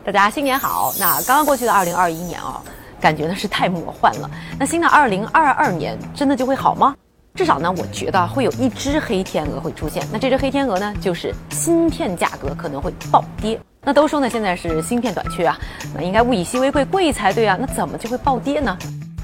大家新年好！那刚刚过去的2021年啊，感觉呢是太魔幻了。那新的2022年真的就会好吗？至少呢，我觉得会有一只黑天鹅会出现。那这只黑天鹅呢，就是芯片价格可能会暴跌。那都说呢，现在是芯片短缺啊，那应该物以稀为贵，贵才对啊。那怎么就会暴跌呢？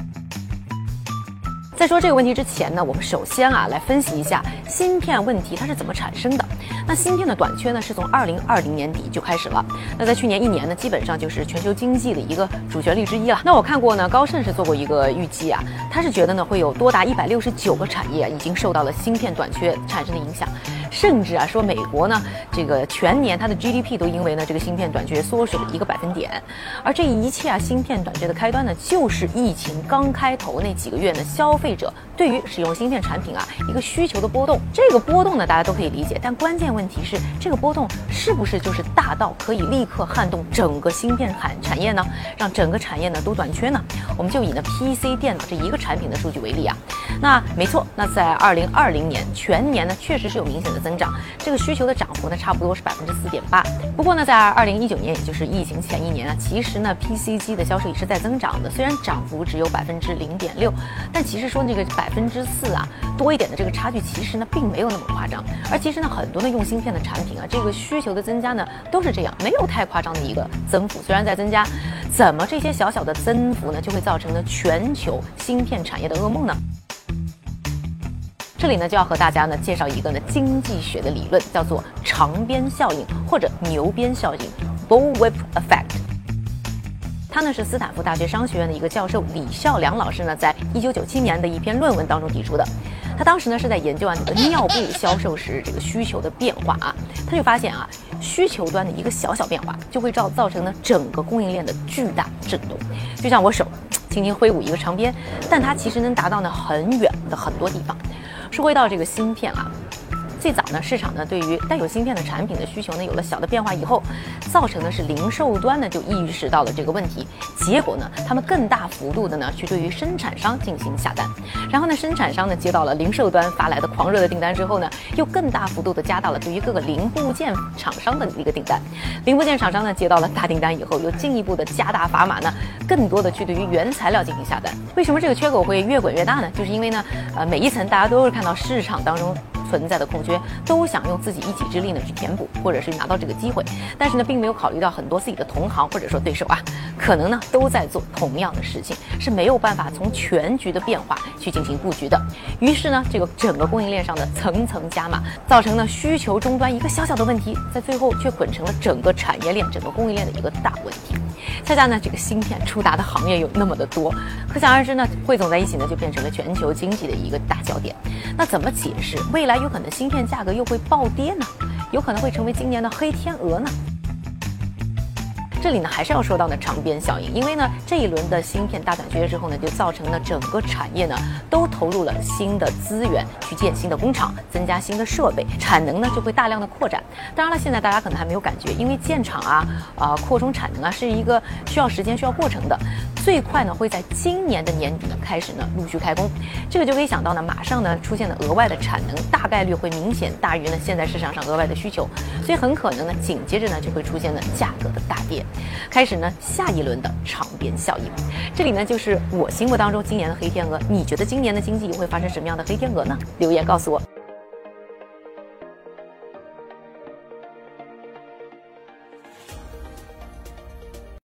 在说这个问题之前呢，我们首先来分析一下芯片问题它是怎么产生的。那芯片的短缺呢，是从2020年底就开始了。那在去年1年呢，基本上就是全球经济的一个主旋律之一了。那我看过呢，高盛是做过一个预计啊，他是觉得呢，会有多达169个产业已经受到了芯片短缺产生的影响。甚至说美国呢，这个全年它的 GDP 都因为呢这个芯片短缺缩水了1个百分点，而这一切芯片短缺的开端呢，就是疫情刚开头那几个月呢，消费者对于使用芯片产品一个需求的波动。这个波动呢，大家都可以理解，但关键问题是这个波动是不是就是大到可以立刻撼动整个芯片产业呢？让整个产业呢都短缺呢？我们就以呢 PC 电脑这一个产品的数据为例啊，那没错，那在2020年全年呢，确实是有明显的增长，这个需求的涨幅呢，差不多是4.8%。不过呢，在2019年，也就是疫情前1年其实呢 PC 机的销售也是在增长的，虽然涨幅只有0.6%，但其实说这个4%多一点的这个差距，其实呢并没有那么夸张。而其实呢，很多的用芯片的产品这个需求的增加呢，都是这样，没有太夸张的一个增幅，虽然在增加，怎么这些小小的增幅呢，就会造成呢全球芯片产业的噩梦呢？这里呢就要和大家呢介绍一个呢经济学的理论，叫做长边效应或者牛鞭效应 （Bullwhip Effect）。他呢是斯坦福大学商学院的一个教授李孝良老师呢，在1997年的一篇论文当中提出的。他当时呢是在研究这个尿布销售时这个需求的变化他就发现需求端的一个小小变化就会造成呢整个供应链的巨大震动。就像我手轻轻挥舞一个长鞭，但它其实能达到呢很远的很多地方。说回到这个芯片最早呢，市场呢对于带有芯片的产品的需求呢有了小的变化以后，造成的是零售端呢就意识到了这个问题，结果呢他们更大幅度的呢去对于生产商进行下单，然后呢生产商呢接到了零售端发来的狂热的订单之后呢，又更大幅度的加大了对于各个零部件厂商的一个订单，零部件厂商呢接到了大订单以后，又进一步的加大砝码呢，更多的去对于原材料进行下单。为什么这个缺口会越滚越大呢？就是因为呢每一层大家都会看到市场当中存在的空缺，都想用自己一己之力呢去填补，或者是拿到这个机会，但是呢并没有考虑到很多自己的同行或者说对手可能呢都在做同样的事情，是没有办法从全局的变化去进行布局的。于是呢这个整个供应链上的层层加码，造成了需求终端一个小小的问题，在最后却滚成了整个产业链整个供应链的一个大问题。恰恰呢这个芯片触达的行业有那么的多，可想而知呢汇总在一起呢就变成了全球经济的一个大焦点。那怎么解释未来有可能芯片价格又会暴跌呢？有可能会成为今年的黑天鹅呢？这里呢还是要说到呢长边效应，因为呢这一轮的芯片大短缺之后呢，就造成了整个产业呢都投入了新的资源去建新的工厂，增加新的设备，产能呢就会大量的扩展。当然了，现在大家可能还没有感觉，因为建厂扩充产能是一个需要时间需要过程的，最快呢会在今年的年底呢开始呢陆续开工。这个就可以想到呢，马上呢出现的额外的产能大概率会明显大于呢现在市场上额外的需求，所以很可能呢紧接着呢就会出现呢价格的大跌，开始呢下一轮的长边效应。这里呢就是我心目当中今年的黑天鹅，你觉得今年的经济又会发生什么样的黑天鹅呢？留言告诉我。